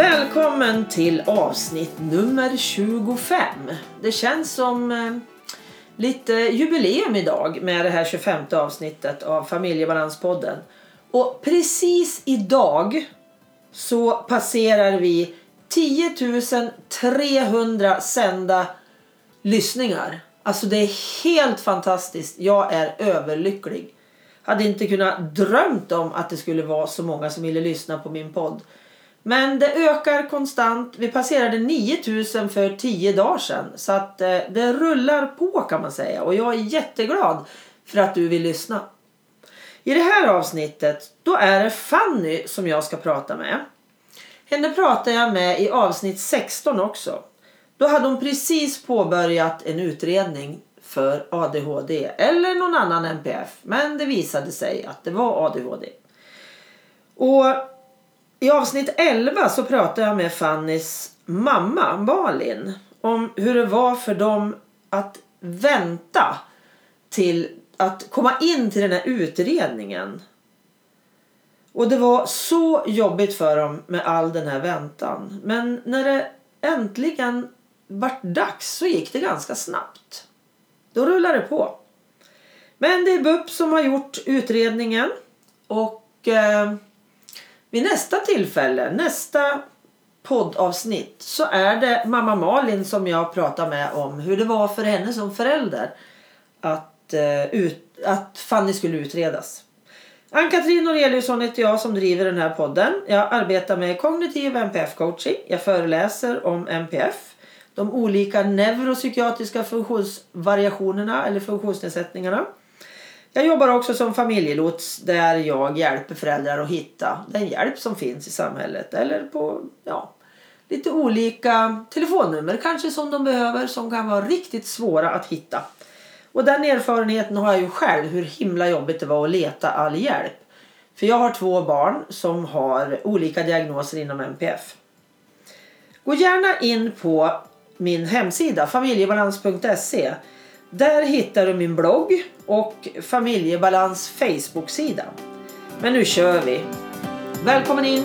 Välkommen till avsnitt nummer 25. Det känns som lite jubileum idag med det här 25:e avsnittet av Familjebalanspodden. Och precis idag så passerar vi 10 300 sända lyssningar. Alltså det är helt fantastiskt. Jag är överlycklig. Hade inte kunnat drömt om att det skulle vara så många som ville lyssna på min podd. Men det ökar konstant. Vi passerade 9000 för 10 dagar sedan. Så att det rullar på kan man säga. Och jag är jätteglad för att du vill lyssna. I det här avsnittet då är det Fanny som jag ska prata med. Henne pratar jag med i avsnitt 16 också. Då hade hon precis påbörjat en utredning för ADHD eller någon annan NPF. Men det visade sig att det var ADHD. Och i avsnitt 11 så pratade jag med Fannys mamma Malin om hur det var för dem att vänta till att komma in till den här utredningen. Och det var så jobbigt för dem med all den här väntan. Men när det äntligen vart dags så gick det ganska snabbt. Då rullade det på. Men det är BUP som har gjort utredningen. Och vid nästa tillfälle, nästa poddavsnitt, så är det mamma Malin som jag pratar med om hur det var för henne som förälder att Fanny skulle utredas. Ann-Katrin Noreliusson heter jag som driver den här podden. Jag arbetar med kognitiv NPF-coaching. Jag föreläser om NPF. De olika neuropsykiatriska funktionsvariationerna eller funktionsnedsättningarna. Jag jobbar också som familjelots där jag hjälper föräldrar att hitta den hjälp som finns i samhället. Eller på lite olika telefonnummer kanske som de behöver som kan vara riktigt svåra att hitta. Och den erfarenheten har jag ju själv hur himla jobbigt det var att leta all hjälp. För jag har 2 barn som har olika diagnoser inom NPF. Gå gärna in på min hemsida familjebalans.se. Där hittar du min blogg och Familjebalans Facebook-sida. Men nu kör vi. Välkommen in!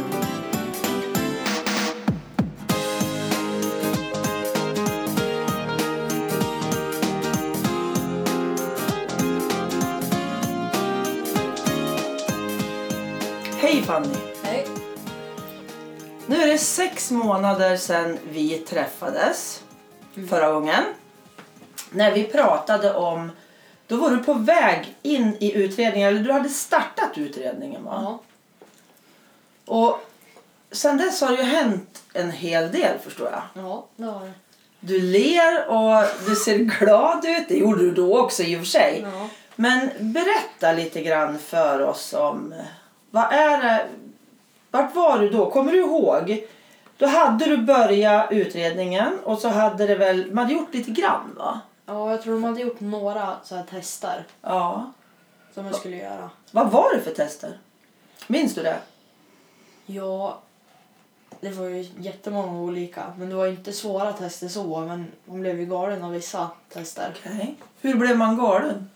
Hej Fanny! Hej! Nu är det 6 månader sedan vi träffades förra gången. När vi pratade om, då var du på väg in i utredningen, eller du hade startat utredningen va? Ja. Och sen dess har det ju hänt en hel del förstår jag. Ja, det har det. Du ler och du ser glad ut, det gjorde du då också i och för sig. Ja. Men berätta lite grann för oss om, vad är det, vart var du då? Kommer du ihåg? Då hade du börjat utredningen och så hade det väl, man hade gjort lite grann va? Ja, jag tror de hade gjort några så här tester. Ja. Som jag skulle göra. Vad var det för tester? Minns du det? Ja, det var ju jättemånga olika. Men det var inte svåra tester så. Men man blev ju galen av vissa tester. Okej. Hur blev man galen?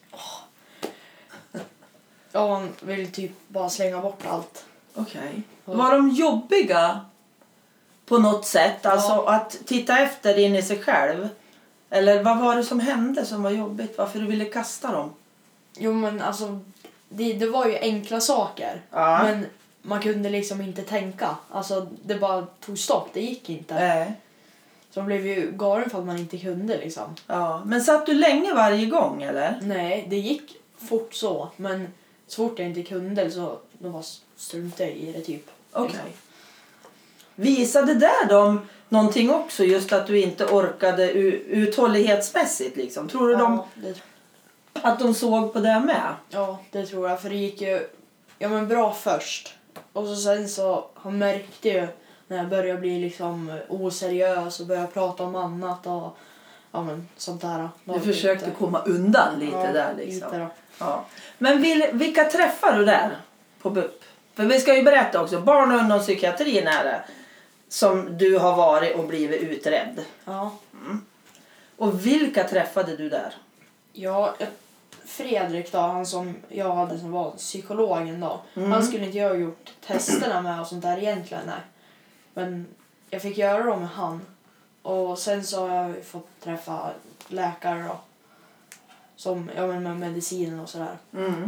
Ja, man vill typ bara slänga bort allt. Okej. Var de jobbiga på något sätt? Alltså att titta efter in i sig själv? Eller vad var det som hände som var jobbigt? Varför du ville kasta dem? Jo, men alltså det var ju enkla saker. Ja. Men man kunde liksom inte tänka. Alltså det bara tog stopp, det gick inte. Nej. Så man blev ju galen för att man inte kunde liksom. Ja. Men satt du länge varje gång eller? Nej, det gick fort så. Men så fort jag inte kunde så då var struntade i det typ. Okej. Liksom. Visade där de någonting också? Just att du inte orkade uthållighetsmässigt liksom? Tror du att de såg på det med? Ja, det tror jag. För det gick ju bra först. Och så sen så han märkte ju när jag började bli liksom oseriös och började prata om annat och sånt där. Du försökte komma undan lite där liksom. Lite då. Ja. Men vilka träffar du där på BUP? För vi ska ju berätta också, barn- och ungdomspsykiatrin är det som du har varit och blivit utredd. Ja. Mm. Och vilka träffade du där? Ja, Fredrik då, han som jag hade som var psykologen då. Han skulle inte ha gjort testerna med och sånt där egentligen, nej. Men jag fick göra dem med han. Och sen så har jag fått träffa läkare då. Som, med medicinen och sådär.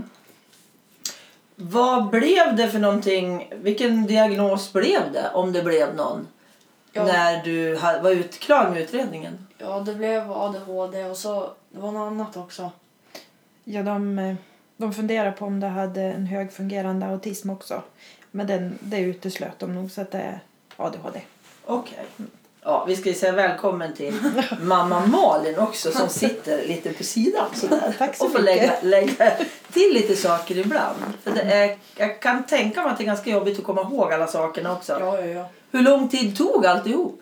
Vad blev det för någonting? Vilken diagnos blev det? Om det blev någon? Ja. När du var klar med utredningen? Ja, det blev ADHD och så det var något annat också. Ja, de funderar på om det hade en högfungerande autism också. Men det uteslöt de nog så att det är ADHD. Okej. Ja, vi ska säga välkommen till mamma Malin också som sitter lite på sidan sådär. Tack så och får lägga till lite saker ibland. För jag kan tänka mig att det är ganska jobbigt att komma ihåg alla sakerna också. Ja. Hur lång tid tog alltihop?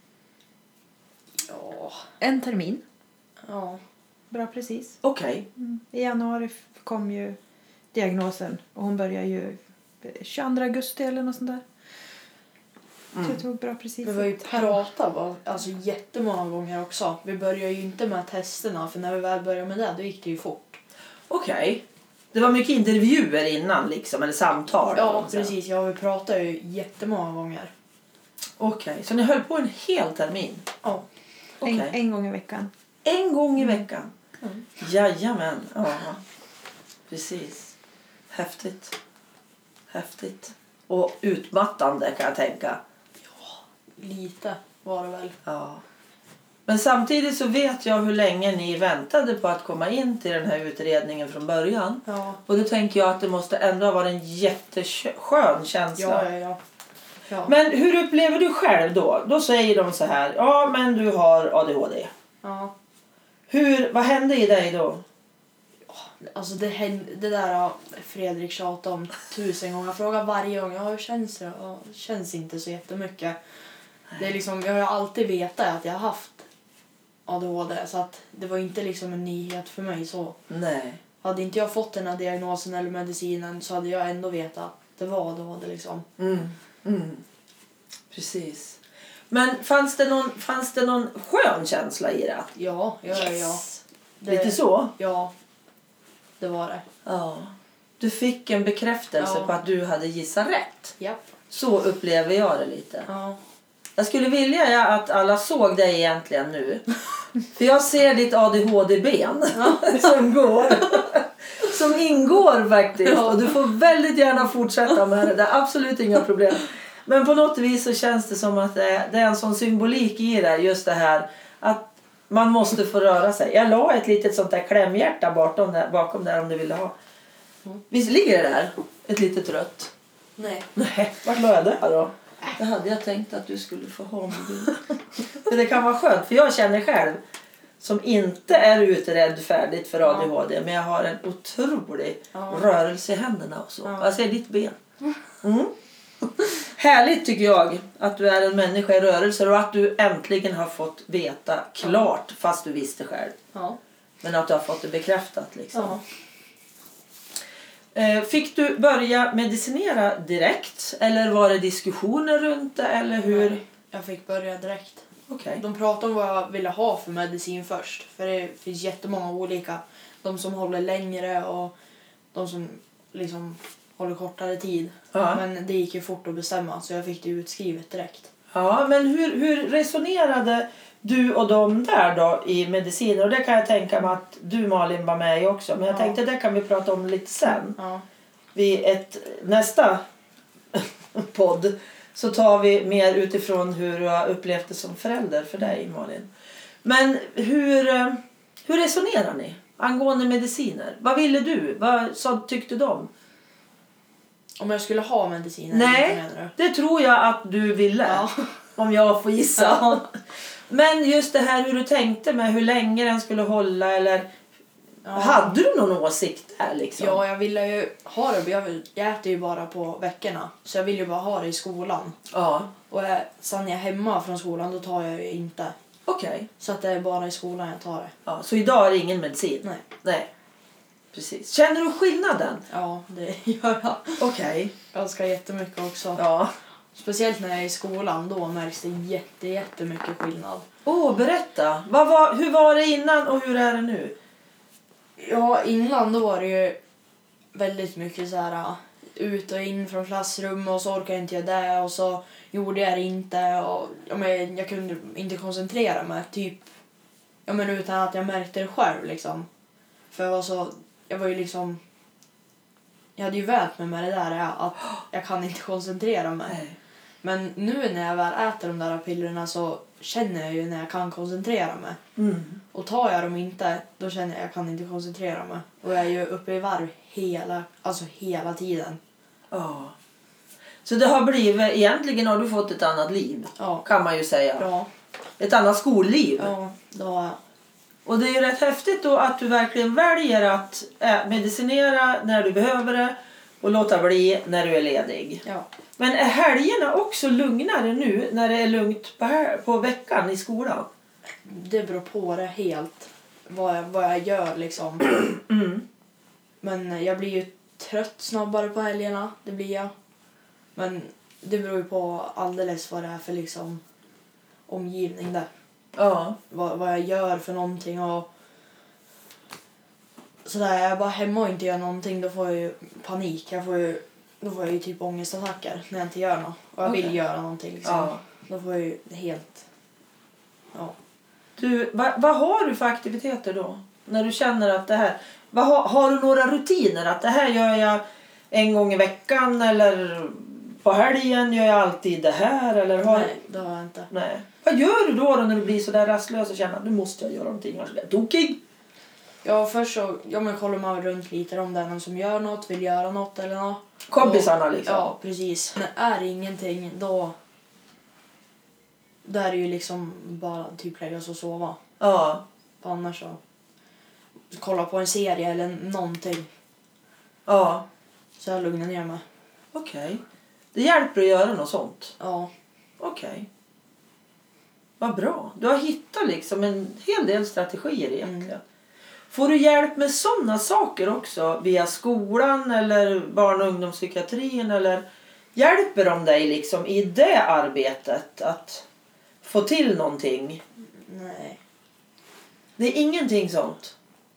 Ja. 1 termin. Ja. Bra precis. Okej. I januari kom ju diagnosen. Och hon började ju 22 augusti eller något sånt där. Så det tog bra precis. Vi var ju prata alltså jättemånga gånger också. Vi började ju inte med testerna. För när vi väl började med det, då gick det ju fort. Okej. Det var mycket intervjuer innan liksom, eller samtal. Ja, precis. Ja, vi pratade ju jättemånga gånger. Okej, så ni höll på en hel termin? Ja. Okej. En gång i veckan. En gång i veckan? Mm. Jajamän. Ja, precis. Häftigt. Och utmattande kan jag tänka. Lite var det väl. Ja. Men samtidigt så vet jag hur länge ni väntade på att komma in till den här utredningen från början. Ja. Och då tänker jag att det måste ändå ha varit en jätteskön känsla. Ja. Men hur upplever du själv då? Då säger de så här, ja men du har ADHD. Ja. Vad hände i dig då? Alltså det där Fredrik tjatade om 1000 gånger. Jag frågar varje gång, hur känns det? Ja, det känns inte så jättemycket. Det är liksom, jag har alltid vetat att jag har haft ADHD. Så att det var inte liksom en nyhet för mig så. Nej. Hade inte jag fått den här diagnosen eller medicinen så hade jag ändå vetat att det var ADHD liksom. Precis. Men fanns det någon skön känsla i det? Ja. Yes. Det, lite så? Ja, det var det. Ja. Du fick en bekräftelse på att du hade gissat rätt. Japp. Så upplever jag det lite. Ja. Jag skulle vilja att alla såg dig egentligen nu. För jag ser ditt ADHD-ben som ingår faktiskt. Och du får väldigt gärna fortsätta med det. Det är absolut inga problem. Men på något vis så känns det som att det är en sån symbolik i det. Just det här att man måste få röra sig. Jag la ett litet sånt där klämhjärta bakom där om du ville ha. Visst ligger det där? Ett litet rött. Nej. Vart la jag det då? Det hade jag tänkt att du skulle få ha med dig. För det kan vara skönt. För jag känner själv som inte är utredd färdigt för ADHD. Men jag har en otrolig rörelse i händerna och så. Jag ser ditt ben. Härligt tycker jag att du är en människa i rörelse och att du äntligen har fått veta klart fast du visste själv. Ja. Men att du har fått det bekräftat liksom. Ja. Fick du börja medicinera direkt? Eller var det diskussioner runt det? Eller hur? Nej, jag fick börja direkt. Okej. De pratade om vad jag ville ha för medicin först. För det finns jättemånga olika. De som håller längre och de som liksom håller kortare tid. Ja. Men det gick ju fort att bestämma så jag fick det utskrivet direkt. Ja, men hur resonerade du och de där då i mediciner? Och det kan jag tänka mig att du Malin var med i också. Men jag tänkte det kan vi prata om lite sen. Ja. Vid nästa podd så tar vi mer utifrån hur du har upplevt det som förälder för dig Malin. Men hur resonerar ni angående mediciner? Vad ville du? Vad tyckte de? Om jag skulle ha mediciner? Nej, det tror jag att du ville. Ja. Om jag får gissa. Ja. Men just det här hur du tänkte med hur länge den skulle hålla eller Ja. hade du någon åsikt där liksom? Ja, jag ville ju ha det. Jag äter ju bara på veckorna. Så jag vill ju bara ha det i skolan. Ja. Och sen jag är hemma från skolan då tar jag ju inte. Okej. Så att det är bara i skolan jag tar det. Ja, så idag är det ingen medicin? Nej. Precis. Känner du skillnaden? Ja, det gör jag. Okej. Ganska jättemycket också. Ja. Speciellt när jag är i skolan då märks det jättemycket skillnad. Berätta. Hur var det innan och hur är det nu? Ja, innan då var det ju väldigt mycket så här ut och in från klassrum och så orkade inte jag det och så gjorde jag det inte och jag kunde inte koncentrera mig typ utan att jag märkte det själv liksom. För jag var ju liksom jag hade ju vänt mig med det där att jag kan inte koncentrera mig. Nej. Men nu när jag väl äter de där pillerna så känner jag ju när jag kan koncentrera mig. Mm. Och tar jag dem inte, då känner jag kan inte koncentrera mig. Och jag är ju uppe i varv hela tiden. Ja. Så det har blivit, egentligen har du fått ett annat liv. Ja. Kan man ju säga. Ja. Ett annat skolliv. Ja, då har jag. Och det är ju rätt häftigt då att du verkligen väljer att medicinera när du behöver det. Och låta bli när du är ledig. Ja. Men är helgerna också lugnare nu när det är lugnt på veckan i skolan? Det beror på det helt. Vad jag gör liksom. Mm. Men jag blir ju trött snabbare på helgerna. Det blir jag. Men det beror ju på alldeles vad det är för liksom omgivning där. Ja. Vad jag gör för någonting och sådär. Jag är bara hemma och inte gör någonting, då får jag ju panik. Då får jag ju typ ångestattacker när jag inte gör något. Och jag vill göra någonting liksom. Ja. Då får jag ju helt... Ja. Du, vad har du för aktiviteter då? När du känner att det här... Har du några rutiner? Att det här gör jag en gång i veckan eller på helgen gör jag alltid det här? Eller Nej, det har jag inte. Nej. Vad gör du då när du blir så där rastlös och känner att nu måste jag göra någonting? Annars blir jag tokig. Ja, först så kollar man runt lite om det är någon som gör något, vill göra något eller något. Kompisarna liksom. Ja, precis. Men är det ingenting, då är det ju liksom bara typ lägga sig och sova. Ja. Annars så kolla på en serie eller någonting. Ja. Så jag lugnar ner mig. Okej. Det hjälper att göra något sånt? Ja. Okej. Vad bra. Du har hittat liksom en hel del strategier egentligen. Får du hjälp med sådana saker också via skolan eller barn- och ungdomspsykiatrin? Eller hjälper de dig liksom i det arbetet att få till någonting? Nej. Det är ingenting sånt?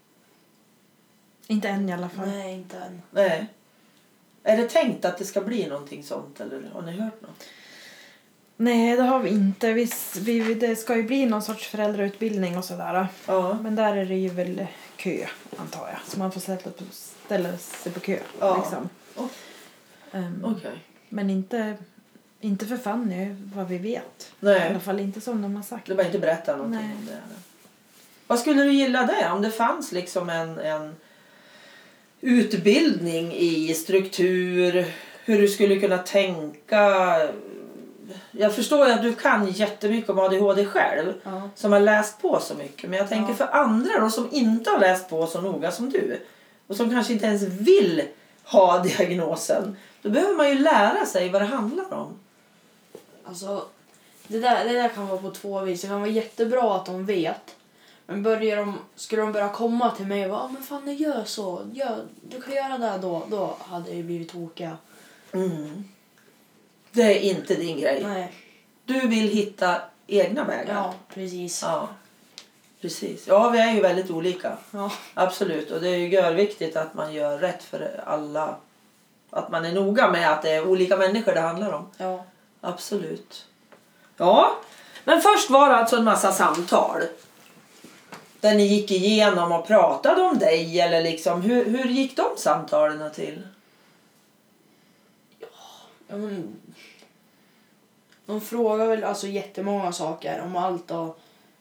Inte än i alla fall. Nej, inte än. Nej. Är det tänkt att det ska bli någonting sånt eller har ni hört något? Nej, det har vi inte. Det ska ju bli någon sorts föräldrautbildning och sådär. Ja. Men där är det ju väl kö, antar jag. Så man får ställa sig på kö. Ja. Liksom. Okej. Men inte för Fanny, vad vi vet. Nej. I alla fall inte som de har sagt. Du bara inte berätta någonting Nej. om det. Vad skulle du gilla det? Om det fanns liksom en utbildning i struktur, hur du skulle kunna tänka. Jag förstår ju att du kan jättemycket om ADHD själv, Ja. som har läst på så mycket. Men jag tänker för andra då, som inte har läst på så noga som du och som kanske inte ens vill ha diagnosen, då behöver man ju lära sig vad det handlar om. Alltså, det där kan vara på två vis. Det kan vara jättebra att de vet. Men skulle de börja komma till mig och bara, men fan, gör så. Du kan göra det då hade det ju blivit tokiga. Mm. Det är inte din grej. Nej. Du vill hitta egna vägar. Ja, precis. Ja, precis. Ja, vi är ju väldigt olika. Ja. Absolut. Och det är ju görviktigt att man gör rätt för alla. Att man är noga med att det är olika människor det handlar om. Ja. Absolut. Ja, men först var det alltså en massa samtal. Där ni gick igenom och pratade om dig. Eller liksom, hur gick de samtalen till? Ja, men de frågar väl alltså jättemånga saker om allt och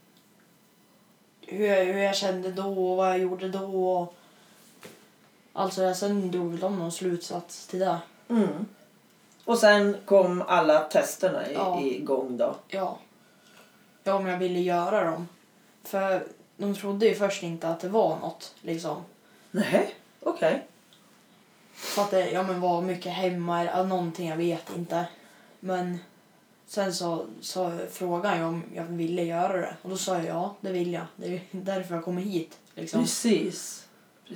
hur jag kände då och vad jag gjorde då och alltså sen drog de någon slutsats till det. Mm. Och sen kom alla testerna igång då. Ja, om jag ville göra dem. För de trodde ju först inte att det var något liksom. Nej, okej. För att det var mycket hemma eller någonting, jag vet inte. Men sen så frågade jag om jag ville göra det. Och då sa jag ja, det vill jag. Det är därför jag kommer hit. Liksom. Precis.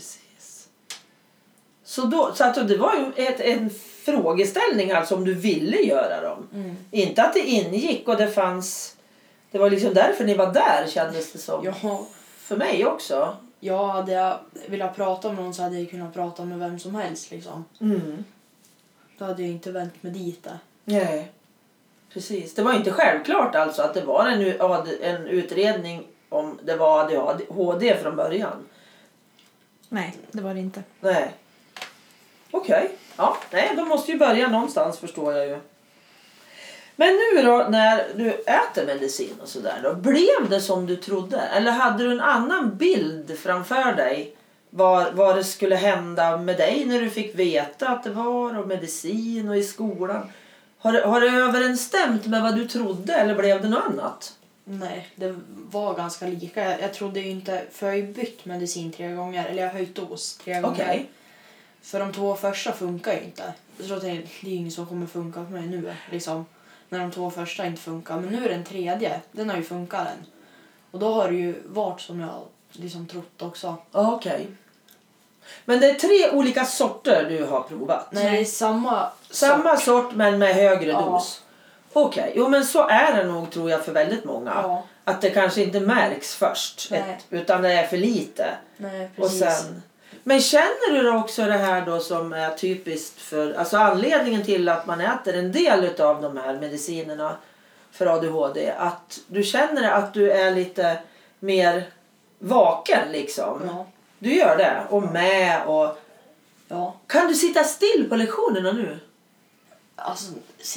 Så att det var ju en frågeställning alltså om du ville göra dem. Mm. Inte att det ingick och det fanns... Det var liksom därför ni var där, kändes det som. Ja. För mig också. Ja, hade jag velat prata med någon så hade jag kunnat prata med vem som helst. Liksom. Mm. då hade jag inte vänt mig dit där. Nej, precis. Det var inte självklart alltså att det var en utredning om det var ADHD från början. Nej, det var det inte. Nej. Okej. Ja, nej, de måste ju börja någonstans, förstår jag ju. Men nu då, när du äter medicin och sådär då, blev det som du trodde? Eller hade du en annan bild framför dig vad det skulle hända med dig när du fick veta att det var och medicin och i skolan? Har det överensstämt med vad du trodde eller blev det något annat? Nej, det var ganska lika. Jag trodde ju inte, för jag har ju bytt medicin 3 gånger, eller jag har höjt dos 3 gånger. Okej. För de 2 första funkar ju inte. Så jag tänkte, det är ingen som kommer funka för mig nu liksom. När de 2 första inte funkar. Men nu är den 3:e, den har ju funkat än. Och då har det ju varit som jag liksom trott också. Okej. Men det är 3 olika sorter du har provat? Nej, det är Samma sort men med högre Ja. dos? Okej, jo men så är det nog tror jag för väldigt många. Ja. Att det kanske inte märks först. Nej. Utan det är för lite. Nej, Och precis. sen, men känner du då också det här då som är typiskt för... Alltså anledningen till att man äter en del av de här medicinerna för ADHD. Att du känner att du är lite mer vaken liksom. Ja. Du gör det. Och med och... Ja. Kan du sitta still på lektionerna nu? Alltså,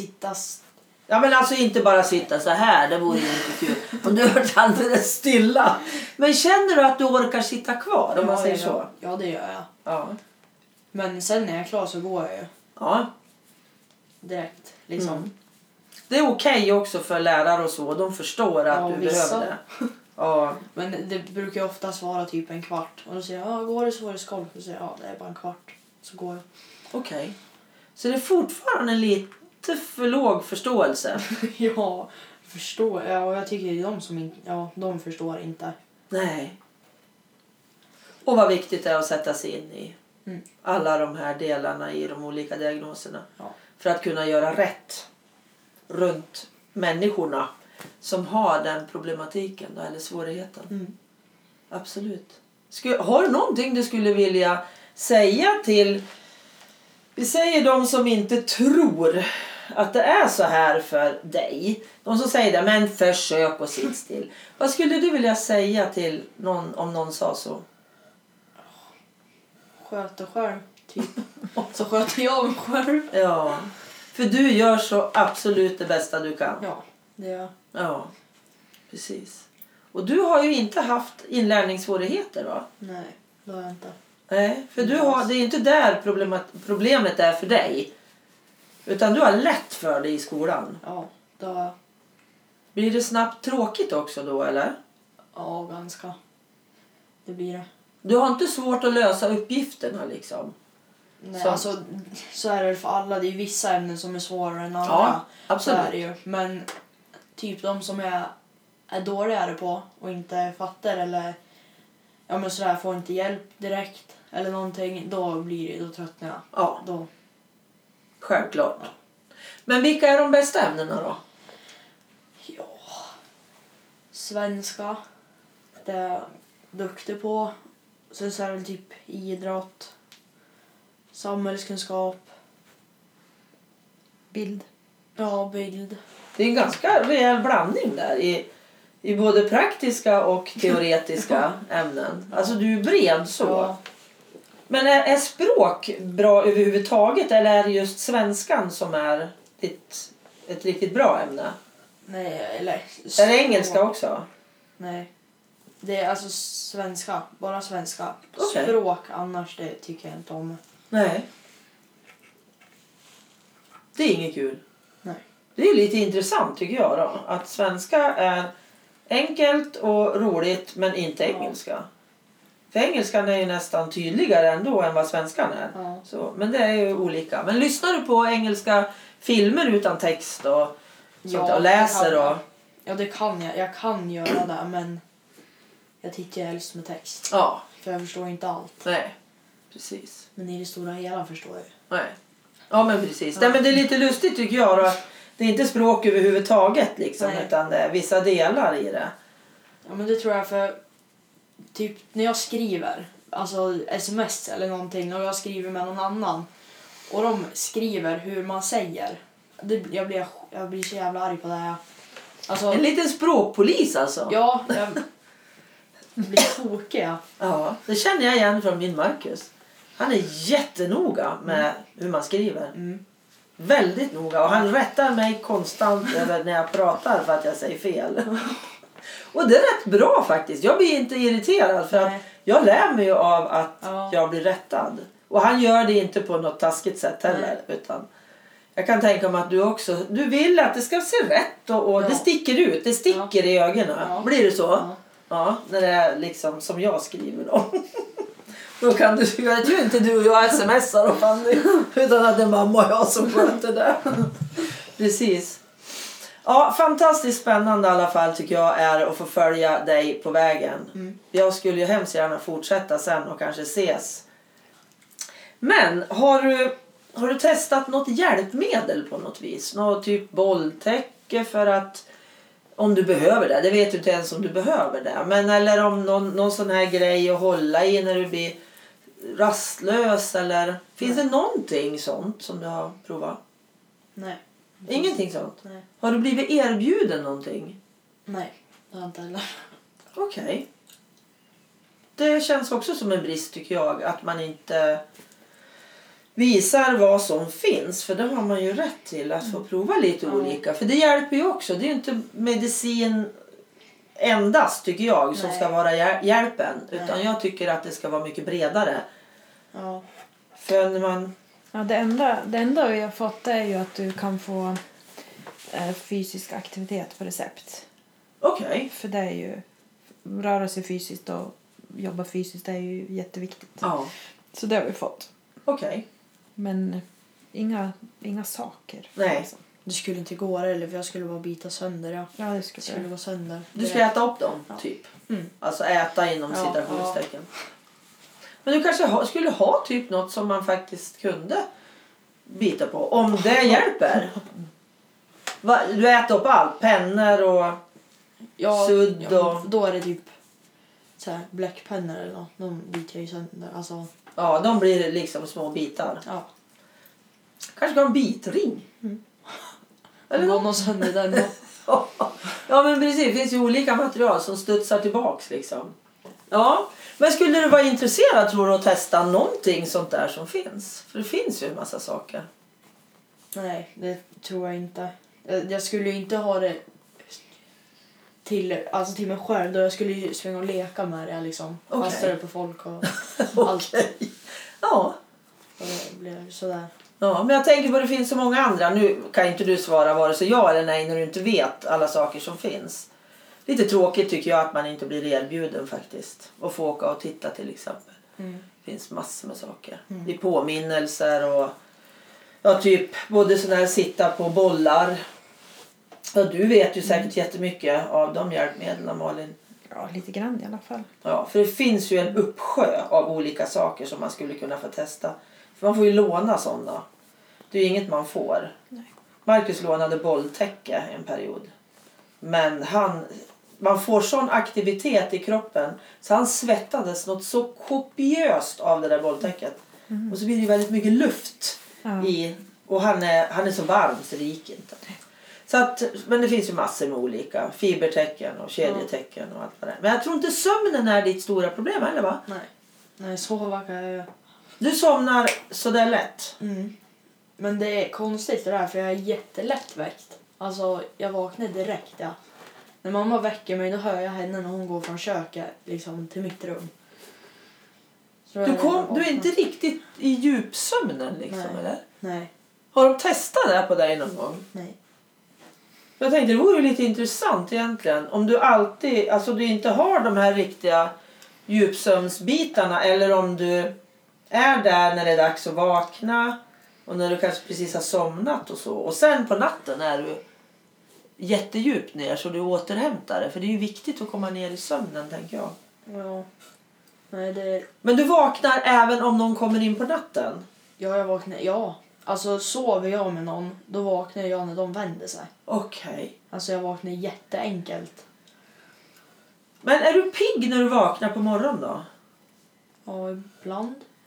Ja men alltså inte bara sitta så här. Det vore ju inte kul. Om du hört alldeles stilla. Men känner du att du orkar sitta kvar om man säger så? Ja, det gör jag. Ja. Men sen när jag är klar så går jag ju Ja. direkt. Liksom. Mm. Det är okej också för lärare och så. De förstår att du vissa. behöver det. Ja. Men det brukar ju oftast vara typ en kvart. Och då säger jag, går det så var det skolk. Och så säger jag, det är bara en kvart. Så går jag. Okej. Så det är fortfarande lite för låg förståelse. Ja, förstår. Ja, och jag tycker de som inte, de förstår inte. Nej. Och vad viktigt det är att sätta sig in i alla de här delarna i de olika diagnoserna. Ja. För att kunna göra rätt runt människorna som har den problematiken då, eller svårigheten. Mm. Absolut. Har du någonting du skulle vilja säga till, vi säger de som inte tror att det är så här för dig. De som säger det, men försök att sitta still. Vad skulle du vilja säga till någon om någon sa så? Sköter själv, typ. Så sköter jag mig själv. Ja, för du gör så absolut det bästa du kan. Ja, det gör jag. Ja, precis. Och du har ju inte haft inlärningssvårigheter va? Nej, det har jag inte. Nej, för det är inte där problemet är för dig. Utan du har lätt för dig i skolan. Ja, det har jag. Blir det snabbt tråkigt också då eller? Ja, ganska. Det blir det. Du har inte svårt att lösa uppgifterna liksom? Nej, Så. alltså så är det för alla. Det är ju vissa ämnen som är svårare än andra. Ja, absolut. Så är det ju. Men typ de som jag är dåligare på och inte fattar eller sådär, får inte hjälp direkt eller någonting, då tröttnar jag. Ja, Då. självklart. Men vilka är de bästa ämnena då? Ja. Svenska. Det är jag duktig på. Sen så är det typ idrott. Samhällskunskap. Bild. Ja, bild. Det är en ganska rejäl blandning där i både praktiska och teoretiska ämnen. Alltså du är bred så. Ja. Men är språk bra överhuvudtaget eller är det just svenskan som är ett riktigt bra ämne? Nej, eller... Är det engelska också? Nej. Det är alltså svenska. Bara svenska. Okej. Språk annars, det tycker jag inte om. Nej. Det är inget kul. Nej. Det är lite intressant tycker jag då. Att svenska är enkelt och roligt men inte engelska. För engelskan är ju nästan tydligare ändå än vad svenskan är. Ja. Så, men det är ju olika. Men lyssnar du på engelska filmer utan text och, och läser och... Ja, det kan jag. Jag kan göra det, men jag tittar helst med text. Ja, För jag förstår inte allt. nej. Precis. Men i det stora hela förstår jag. Nej. Ja, men precis. Ja. Nej, men det är lite lustigt tycker jag då, att det är inte språk överhuvudtaget liksom, Nej. utan det är vissa delar i det. Ja, men det tror jag för... Typ när jag skriver, alltså sms eller någonting, och jag skriver med någon annan. Och de skriver hur man säger. Jag blir så jävla arg på det här. Alltså, En liten språkpolis alltså. ja, jag blir tokig. Ja, det känner jag igen från min Marcus. Han är jättenoga med hur man skriver. Mm. Väldigt noga. Och han rättar mig konstant över när jag pratar för att jag säger fel. Och det är rätt bra faktiskt. Jag blir inte irriterad för att jag lär mig ju av att jag blir rättad. Och han gör det inte på något taskigt sätt heller. Utan jag kan tänka mig att du också, du vill att det ska se rätt och det sticker ut. Det sticker i ögonen. Ja. Blir det så? Ja. Ja, när det är liksom som jag skriver då. Då kan du, jag tror inte du och jag smsar och Fanny, utan att det är mamma och jag som sköter det. Precis. Ja, fantastiskt spännande i alla fall tycker jag är att få följa dig på vägen. Jag skulle ju hemskt gärna fortsätta sen och kanske ses. Men har du testat något hjälpmedel på något vis? Något typ bolltäcke för att om du behöver det. Det vet du inte ens om du behöver det. Men eller om någon sån här grej att hålla i när du blir rastlös eller finns det någonting sånt som du har provat? Nej. Ingenting sånt? Nej. Har du blivit erbjuden någonting? Nej, det har jag inte heller. Okej. Det känns också som en brist tycker jag. Att man inte visar vad som finns. För då har man ju rätt till att få prova lite olika. För det hjälper ju också. Det är ju inte medicin endast tycker jag som ska vara hjälpen. Utan jag tycker att det ska vara mycket bredare. Ja. För när man... Ja, det enda vi har fått är ju att du kan få fysisk aktivitet på recept. Okej. För det är ju röra sig fysiskt och jobba fysiskt är ju jätteviktigt. Ja. Så det har vi fått. Okej. Men inga saker. Nej. Alltså. Det skulle inte gå eller för jag skulle bara bita sönder. Ja. Ja, det Det skulle skulle gå sönder. Du ska äta upp dem typ. Mm. Alltså äta inom Ja, citationstecken. Men du kanske skulle ha typ något som man faktiskt kunde bita på. Om det hjälper. Du äter upp allt. Pennor och sudd och... Då är det typ så här bläckpennor eller något. De biter jag ju sönder. Alltså, Ja, de blir liksom små bitar. ja. Kanske ska ha en bitring. Eller någon sönder den då. Ja, men precis. Det finns ju olika material som studsar tillbaks liksom. Ja, men skulle du vara intresserad tror du att testa någonting sånt där som finns? För det finns ju en massa saker. Nej, det tror jag inte. Jag skulle ju inte ha det till mig själv. Då jag skulle ju svänga och leka med det liksom. Okej. Kasta det på folk och allt. Ja. Och det blev sådär. Ja, men jag tänker på att det finns så många andra. Nu kan inte du svara vare sig ja eller nej när du inte vet alla saker som finns. Lite tråkigt tycker jag att man inte blir erbjuden faktiskt. Och få åka och titta till exempel. Det finns massor med saker. Det är påminnelser och ja, typ både sådana här sitta på bollar. Ja, du vet ju säkert jättemycket av de hjälpmedlen, Malin. Ja, lite grann i alla fall. Ja, för det finns ju en uppsjö av olika saker som man skulle kunna få testa. För man får ju låna sådana. Det är ju inget man får. Nej. Marcus lånade bolltäcke en period. Men man får sån aktivitet i kroppen så han svettades något så kopiöst av det där bolltäcket. Och så blir det ju väldigt mycket luft i. Och han är så varm så det gick inte. Så att, men det finns ju massor med olika fibertecken och kedjetecken och allt vad det är. Men jag tror inte sömnen är ditt stora problem, eller va? Nej, sova kan jag. Du somnar så där lätt. Men det är konstigt det där för jag är jättelätt väckt. Alltså jag vaknar direkt ja. När mamma väcker mig då hör jag henne när hon går från köket liksom till mitt rum. Så Du är inte riktigt i djupsömnen liksom, Nej. eller? Nej, Har de testat det här på dig någon gång? nej. Jag tänkte det vore ju lite intressant egentligen. Om du alltid, alltså du inte har de här riktiga djupsömnsbitarna. Eller om du är där när det är dags att vakna. Och när du kanske precis har somnat och så. Och sen på natten är du jättedjupt ner så du återhämtar det. För det är ju viktigt att komma ner i sömnen, tänker jag. Ja. Nej, det... Men du vaknar även om någon kommer in på natten? Ja, jag vaknar. Ja. Alltså sover jag med någon, då vaknar jag när de vänder sig. Okej. Alltså jag vaknar jätteenkelt. Men är du pigg när du vaknar på morgonen då? Ja, ibland.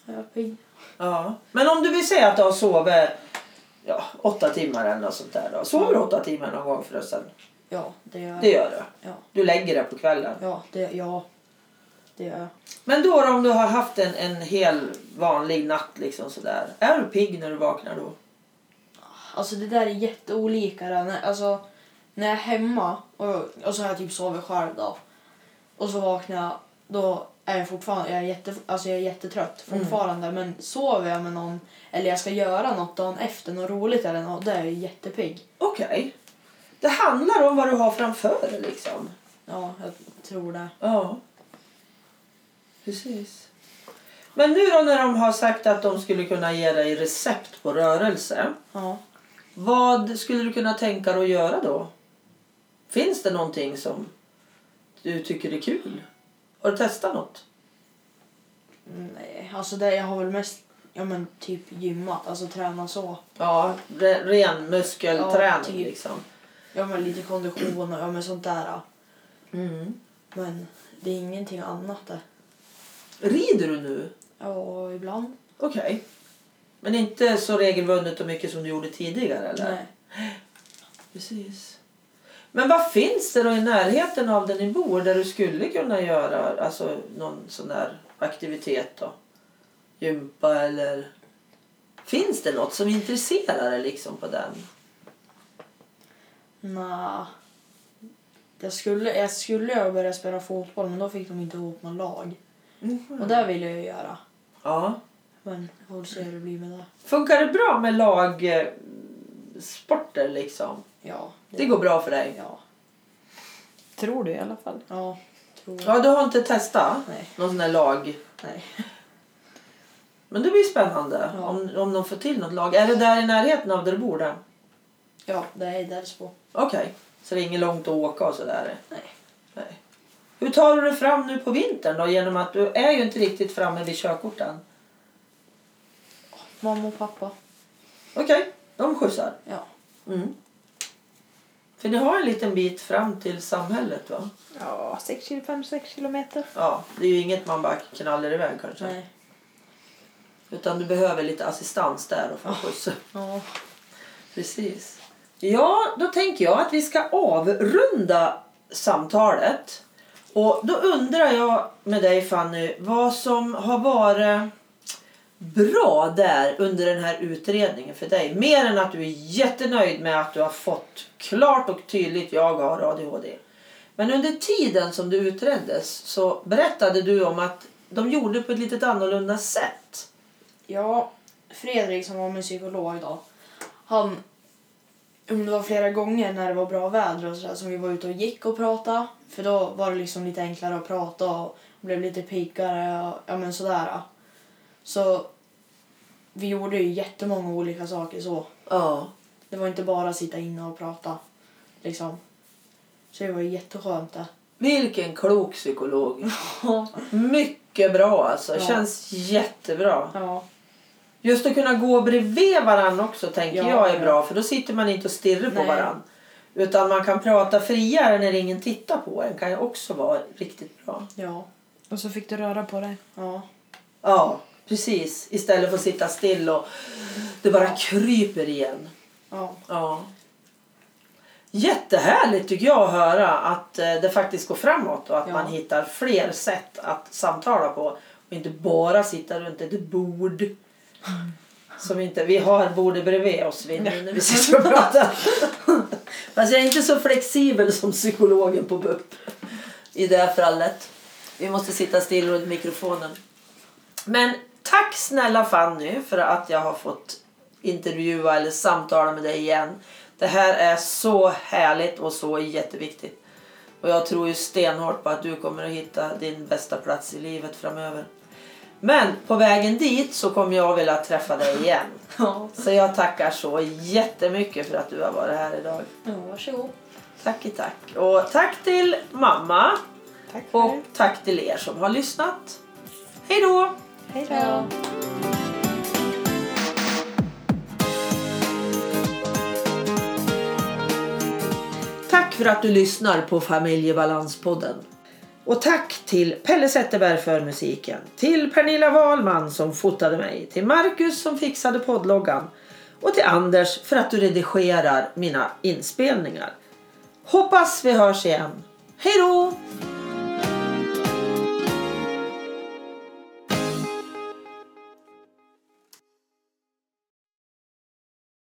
Jag är pigg. Ja. Men om du vill säga att du har sovit 8 timmar eller något sånt där då. Sover du 8 timmar någon gång förresten? Ja, det gör jag. Det gör du? Ja. Du lägger det på kvällen? Ja, det gör jag. Men då om du har haft en hel vanlig natt liksom sådär. Är du pigg när du vaknar då? Alltså det där är jätteolika. Alltså när jag är hemma och så har jag typ sovit själv då. Och så vaknar jag, då är jag fortfarande, jag är jättetrött fortfarande. Men sover jag med någon, eller jag ska göra något dagen efter, något roligt eller något, då är jag jättepigg. Okej. Det handlar om vad du har framför dig liksom. Ja, jag tror det. Ja. Precis. Men nu då när de har sagt att de skulle kunna ge dig recept på rörelse. Ja. Vad skulle du kunna tänka dig att göra då? Finns det någonting som du tycker är kul? Har du testat något? Nej, alltså jag har väl mest typ gymmat, alltså träna så. Ja, ren muskelträning Ja, typ. liksom. Ja, men lite kondition och sånt där. Mm. Men det är ingenting annat det. Rider du nu? Ja, ibland. Okej. Men inte så regelbundet och mycket som du gjorde tidigare eller? Nej. Precis. Men vad finns det då i närheten av där ni bor där du skulle kunna göra alltså någon sån där aktivitet då? Gympa eller... Finns det något som intresserar dig liksom på den? Nej. Jag skulle börja spela fotboll, men då fick de inte ihop någon lag. Mm. Och det vill jag ju göra. Ja. Men jag får se hur det blir med det. Funkar det bra med lagsporter liksom? Ja. Det går bra för dig? Ja. Tror du i alla fall. Ja, tror jag. Ja, du har inte testat Nej. någon sån där lag? Nej. Men det blir spännande Ja. om de får till något lag. Är det där i närheten av där du bor där? Ja, det är Delsbo. Okej. Så det är inget långt att åka och sådär? Nej. Nej. Hur tar du dig fram nu på vintern då? Genom att du är ju inte riktigt framme vid körkorten. Mamma och pappa. Okej, de skjutsar. Ja. Mm. För ni har en liten bit fram till samhället va? Ja, 5-6 kilometer. Ja, det är ju inget man bara knallar iväg kanske. Nej. Utan du behöver lite assistans där och få skjuts. Ja. Precis. Ja, då tänker jag att vi ska avrunda samtalet. Och då undrar jag med dig Fanny vad som har varit bra där under den här utredningen för dig. Mer än att du är jättenöjd med att du har fått klart och tydligt jag har ADHD. Men under tiden som du utreddes så berättade du om att de gjorde på ett lite annorlunda sätt. Ja, Fredrik som var min psykolog då. Det var flera gånger när det var bra väder och sådär som vi var ute och gick och pratade. För då var det liksom lite enklare att prata och blev lite piggare och sådär. Så vi gjorde ju jättemånga olika saker så. Ja. Det var inte bara att sitta inne och prata liksom. Så det var jätteskönt det. Vilken klok psykolog. Mycket bra alltså. Ja. Känns jättebra. Ja. Just att kunna gå bredvid varandra också tänker Ja, jag är ja. bra. För då sitter man inte och stirrar på Nej. varandra. Utan man kan prata friare när ingen tittar på en. Kan ju också vara riktigt bra. Ja. Och så fick du röra på dig. Ja. Ja, precis. Istället för att sitta still och det bara kryper igen. Ja. Ja. Jättehärligt tycker jag att höra att det faktiskt går framåt. Och att man hittar fler sätt att samtala på. Och inte bara sitta runt ett bord. Som inte, vi har bordet bredvid oss när vi sitter och pratar. Fast jag är inte så flexibel som psykologen på BUP. I det här fallet. Vi måste sitta still runt mikrofonen. Men tack snälla Fanny för att jag har fått intervjua eller samtala med dig igen. Det här är så härligt och så jätteviktigt. Och jag tror ju stenhårt på att du kommer att hitta din bästa plats i livet framöver. Men på vägen dit så kommer jag vilja träffa dig igen. Ja. Så jag tackar så jättemycket för att du har varit här idag. Ja, varsågod. Tack. Och tack till mamma. Tack för Och det. tack till er som har lyssnat. Hej då! Hej då. Ja. Tack för att du lyssnar på Familjebalanspodden. Och tack till Pelle Zetterberg för musiken. Till Pernilla Wahlman som fotade mig. Till Marcus som fixade poddloggan. Och till Anders för att du redigerar mina inspelningar. Hoppas vi hörs igen. Hej då!